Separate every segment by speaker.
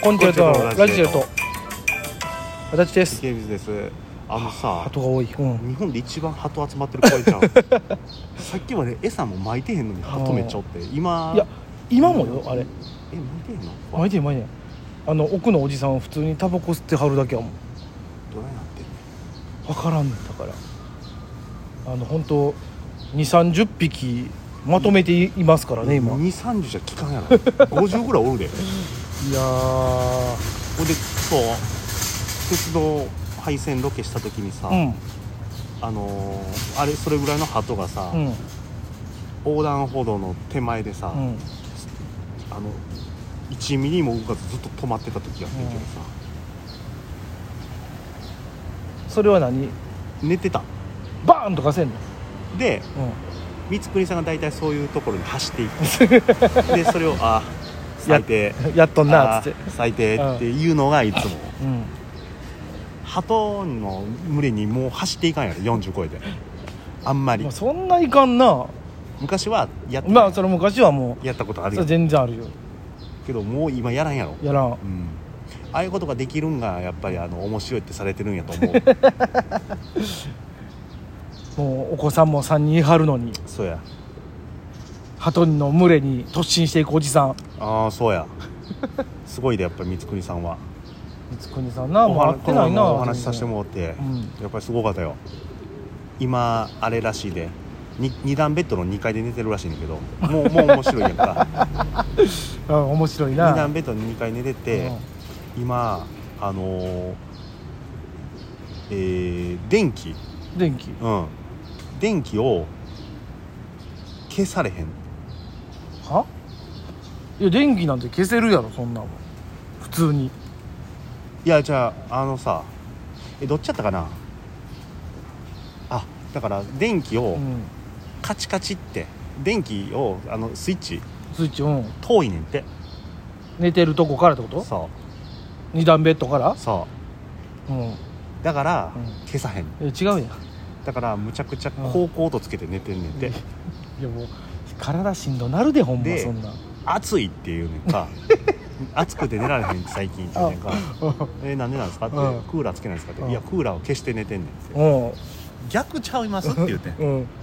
Speaker 1: コンチェルトのラジエと私です。
Speaker 2: 池水です。さ、
Speaker 1: 鳩が多い、
Speaker 2: 日本で一番鳩集まってる公園ちゃうさっきまで餌も巻いてへんのに鳩めっちゃおって、今
Speaker 1: いや今もよあれ
Speaker 2: 巻いてへんの？
Speaker 1: 巻いてへん巻いてへん。奥のおじさんは普通にタバコ吸ってはるだけやもん。
Speaker 2: どないなってんの？
Speaker 1: 分からんねんだから本当2、30匹まとめていますからね今。
Speaker 2: 2、30じゃ効かんやろ50ぐらいおるで。
Speaker 1: いやー
Speaker 2: ほんでそう鉄道配線ロケした時にさ、あれそれぐらいの鳩がさ、横断歩道の手前でさ、1ミリも動かずずっと止まってた時やってんけどさ、
Speaker 1: それは何？
Speaker 2: 寝てた
Speaker 1: バーンとかせんの？
Speaker 2: で、光國さんが大体そういうところに走っていってでそれを最低
Speaker 1: やっとんなっつって
Speaker 2: 最低っていうのがいつも、鳩の群れにもう走っていかんやろ40超えてあんまり、
Speaker 1: そんないかんな。
Speaker 2: 昔はやって
Speaker 1: まあそれ昔はもう
Speaker 2: やったことあるよ。
Speaker 1: それ全然あるよ。
Speaker 2: けどもう今やらんやろ。
Speaker 1: やらん、
Speaker 2: ああいうことができるんがやっぱり面白いってされてるんやと思う
Speaker 1: もうお子さんも3人いはるのに
Speaker 2: そうや
Speaker 1: 鳩の群れに突進していくおじさん。
Speaker 2: そうやすごいでやっぱり光國さんは。
Speaker 1: 光國さんな、もう会ってないな。
Speaker 2: お話しさせてもらって、やっぱりすごかったよ。今あれらしいで2段ベッドの2階で寝てるらしいんだけどもう面白いやんか
Speaker 1: 面白いな。
Speaker 2: 2段ベッドの2階寝てて、今電気を消されへん。
Speaker 1: いや電気なんて消せるやろそんなもん普通に。
Speaker 2: いやじゃあさどっちやったかな。だから電気をカチカチって電気をスイッチ遠いねんって。
Speaker 1: 寝てるとこからってこと？
Speaker 2: そう
Speaker 1: 2段ベッドから
Speaker 2: そう、だから、消さへん。
Speaker 1: 違うやん。
Speaker 2: だからむちゃくちゃ高高とつけて寝てんねんて、
Speaker 1: いやもう体しんどなるでほんま。そんな
Speaker 2: 暑いっていうねんか暑くて寝られへんって最近って言うねんかなんでなんですかって、クーラーつけないですかって、いやクーラーを消して寝てんねんって。逆ちゃいますって言うて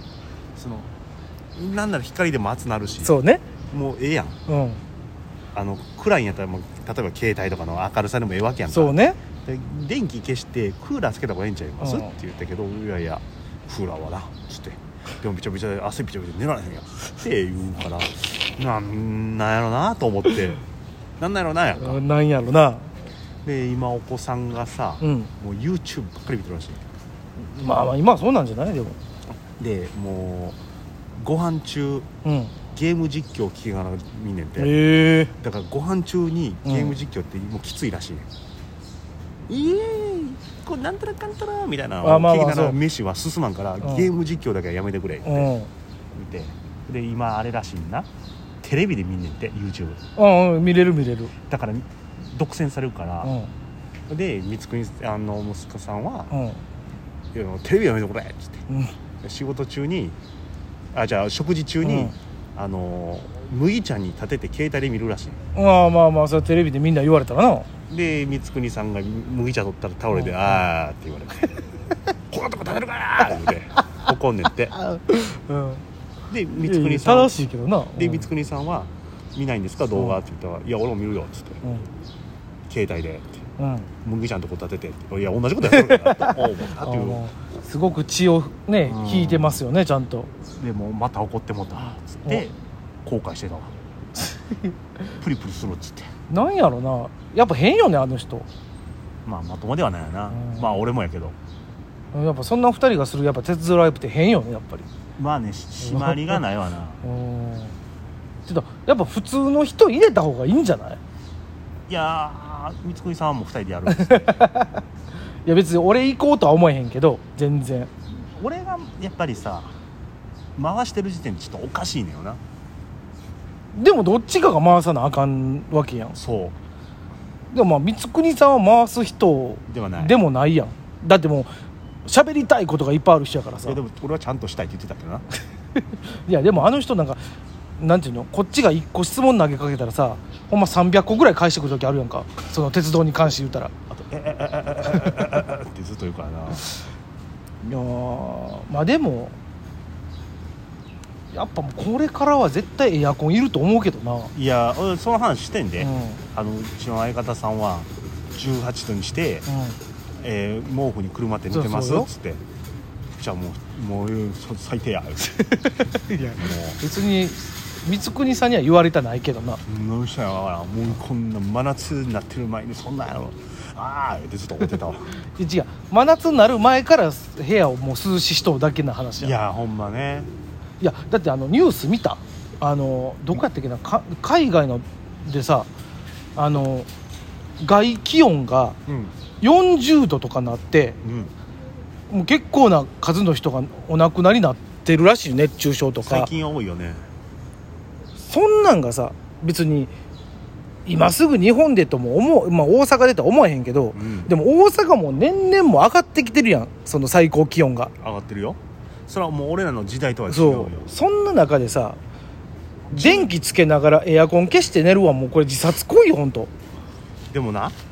Speaker 2: なんなら光でも暑なるし、
Speaker 1: そうね、
Speaker 2: もうええやん。暗いんやったらもう例えば携帯とかの明るさでもええわけやんか。
Speaker 1: そうね。
Speaker 2: で電気消してクーラーつけた方がええんちゃいます、って言ったけど、いやいやクーラーはなつって、でもびちゃびちゃで汗びちゃびちゃで寝られへんやんって言うからなんやろなと思ってなんやろなやんか。
Speaker 1: なんやろな。
Speaker 2: で今お子さんがさ、もう YouTube ばっかり見てるらしい。
Speaker 1: まあ今はそうなんじゃない。でも
Speaker 2: でもうご飯中、ゲーム実況を聞きながら見んねんて。だからご飯中にゲーム実況ってもうきついらしいねん。これなんたらかんたらみたいなのを聞きながら飯は進まんから、ゲーム実況だけはやめてくれって見て、で今あれらしいな、テレビで見んねんて YouTube。
Speaker 1: 見れる
Speaker 2: だから独占されるから、で光國息子さんは、いやテレビやめてくれっつって、仕事中にじゃあ食事中に、麦茶に立てて携帯で見るらしい。
Speaker 1: まあそれテレビでみんな言われたらな。で
Speaker 2: 光國さんが麦茶取ったら倒れて、あーって言われてこんなとこ立てるかーって怒んねんって。で光國さん
Speaker 1: 正しいけどな。
Speaker 2: で光國さんは見ないんですか動画って言ったら、いや俺も見るよっつって、携帯でって、麦茶のとこ立ててって、いや同じことやってるからと思ったっていう。
Speaker 1: すごく血をね引いてますよねちゃんと。
Speaker 2: でもまた怒ってもったっつって後悔してたわプリプリするっつって。
Speaker 1: なんやろな、やっぱ変よねあの人。
Speaker 2: まともではないよな。俺もやけど
Speaker 1: やっぱそんな2人がするやっぱ鉄道ライブって変よねやっぱり。
Speaker 2: 締まりがないわな
Speaker 1: ちょっとやっぱ普通の人入れた方がいいんじゃない？
Speaker 2: いや光國さんはもう2人でやるんです
Speaker 1: いや別に俺行こうとは思えへんけど全然。
Speaker 2: 俺がやっぱりさ回してる時点でちょっとおかしいねよな。
Speaker 1: でもどっちかが回さなあかんわけやん。
Speaker 2: そう
Speaker 1: でも光國さんは回す人でもないやん。だってもう喋りたいことがいっぱいある人やからさ。
Speaker 2: でも俺はちゃんとしたいって言ってたけどな
Speaker 1: いやでもあの人なんかなんていうの、こっちが1個質問投げかけたらさ、ほんま300個ぐらい返してくる時あるやんか、その鉄道に関して言ったら。
Speaker 2: あとってずっと言うからな。
Speaker 1: いやまあでもやっぱもうこれからは絶対エアコンいると思うけどな。
Speaker 2: いや俺その話してんで、
Speaker 1: うん、
Speaker 2: うちの相方さんは18度にして、毛布にくるまって寝てますっつって、じゃあもう最低やいやもう
Speaker 1: 別に光國さんには言われたないけどな。
Speaker 2: 何したんやからもうこんな真夏になってる前にそんなんやろああってずっと思ってたわ
Speaker 1: 違う、真夏になる前から部屋をもう涼ししとうだけの話や。
Speaker 2: いやほんまね。
Speaker 1: いやだってニュース見た、どこやったっけな、海外のでさ、外気温が40度とかなって、もう結構な数の人がお亡くなりになってるらしい、熱中症とか。
Speaker 2: 最近多いよね。
Speaker 1: そんなんがさ、別に今すぐ日本でとも大阪でとは思えへんけど、でも大阪も年々も上がってきてるやん、その最高気温が
Speaker 2: 上がってるよ。それはもう俺らの時代とは違うよ。
Speaker 1: そんな中でさ、電気つけながらエアコン消して寝るわ、もうこれ自殺行為よ本当。
Speaker 2: でもな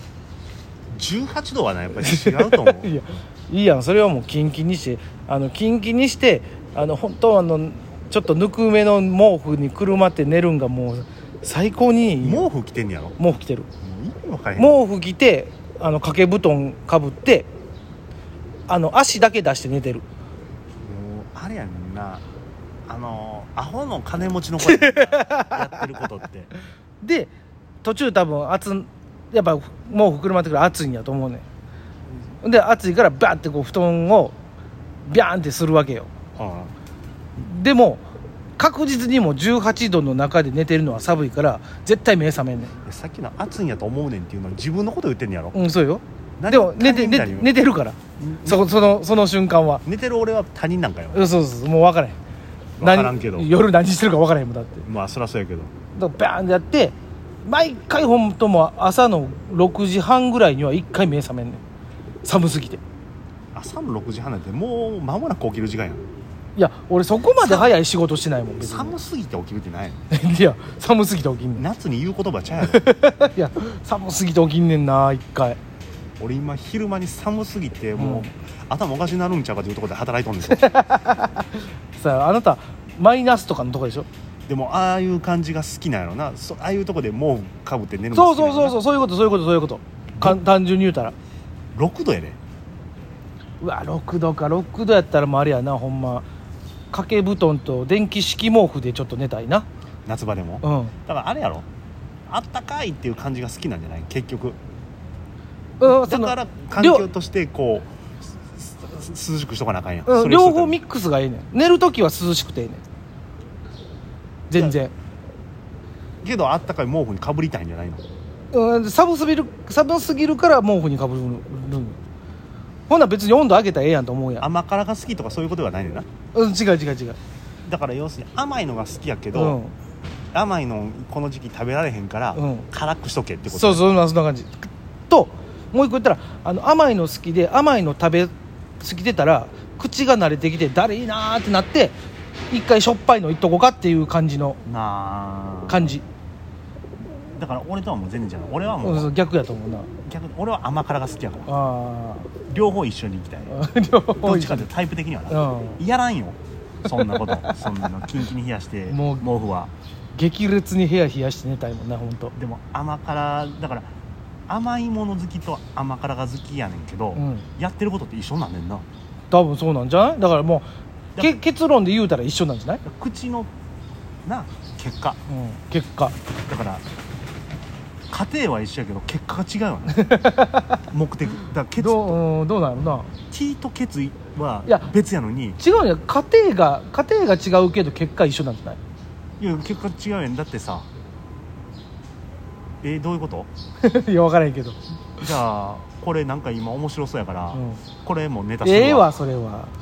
Speaker 2: 18度はなやっぱり違うと思う
Speaker 1: いやいいやん、それはもうキンキンにして本当ちょっとぬくめの毛布にくるまって寝るんがもう最高にいい。
Speaker 2: 毛布着てんねやろ。
Speaker 1: 毛布着てる。
Speaker 2: 分かれへん。
Speaker 1: 毛布着て掛け布団かぶって足だけ出して寝てる。
Speaker 2: もうあれやんな、アホの金持ちの子やってることって
Speaker 1: で途中多分やっぱ毛布くるまってくる暑いんやと思うねん。で暑いからバーってこう布団をビャーンってするわけよ。でも確実にも18度の中で寝てるのは寒いから絶対目覚めんねん。
Speaker 2: さっきの暑いんやと思うねんっていうのは自分のこと言ってんねやろ。
Speaker 1: そうよ。でも寝てるからその瞬間は
Speaker 2: 寝てる俺は他人なんかよ。
Speaker 1: そうもう分からへん。
Speaker 2: 分からんけど
Speaker 1: 夜何してるか分からへんもんだって。
Speaker 2: まあそりゃそうやけど、
Speaker 1: だからバーンってやって毎回本当も朝の6時半ぐらいには1回目覚めんねん、寒すぎて。
Speaker 2: 朝の6時半なんてもう間もなく起きる時間やん。
Speaker 1: いや俺そこまで早い仕事してないもん。別に
Speaker 2: 寒すぎて起きるってない
Speaker 1: いや寒すぎて起きんねん。
Speaker 2: 夏に言う言葉ちゃうやろ
Speaker 1: いや寒すぎて起きんねんな1回。
Speaker 2: 俺今昼間に寒すぎてもう、頭おかしになるんちゃうかというところで働いとんですよ
Speaker 1: さああなたマイナスとかのとこでしょ。
Speaker 2: でもああいう感じが好きなんやろな。ああいうとこで毛布かぶって寝るの好きなんやろな。
Speaker 1: そういうこと単純に言うたら
Speaker 2: 6度やで。
Speaker 1: うわ6度か。6度やったらもうあれやな、ほんま掛け布団と電気式毛布でちょっと寝たいな、
Speaker 2: 夏場でも。だからあれやろ、あったかいっていう感じが好きなんじゃない結局。だから環境としてこう涼しくしとかなあかんやん。
Speaker 1: 両方ミックスがええねん。寝るときは涼しくてええねん全然。
Speaker 2: けどあったかい毛布にかぶりたいんじゃないの。
Speaker 1: 寒すぎるから毛布にかぶる。ほんなら別に温度上げたらええやんと思うやん。
Speaker 2: 甘辛が好きとかそういうことではないねんな。
Speaker 1: 違う
Speaker 2: だから要するに甘いのが好きやけど、甘いのこの時期食べられへんから、辛くしとけってこと。
Speaker 1: そんな感じと、もう一個言ったら甘いの好きで甘いの食べ過ぎてたら口が慣れてきてだるいなーってなって一回しょっぱいのいっとこうかっていう感じの感じ
Speaker 2: だから俺とはもう全然じゃない。俺はもう
Speaker 1: 逆やと思うな。
Speaker 2: 逆に俺は甘辛が好きやから両方一緒に行きたいどっちかっていうとタイプ的にはな、やらんよそんなことそんなのキンキンに冷やして毛布は
Speaker 1: 激烈に部屋冷やして寝たいもんな本当。
Speaker 2: でも甘辛だから甘いもの好きと甘辛が好きやねんけど、やってることって一緒なんねんな。
Speaker 1: 多分そうなんじゃない。だからもう結論で言うたら一緒なんじゃない。
Speaker 2: 口のな結果、だから過程は一緒やけど結果が違うよね目的だから
Speaker 1: どうなるな。
Speaker 2: T と決意は別やのに
Speaker 1: 違うね。過程が違うけど結果一緒なんじゃない。
Speaker 2: いや結果違うやん。だってさどういうこと
Speaker 1: いや分からへんけど。
Speaker 2: じゃあこれなんか今面白そうやから、これもネタするわ。
Speaker 1: それは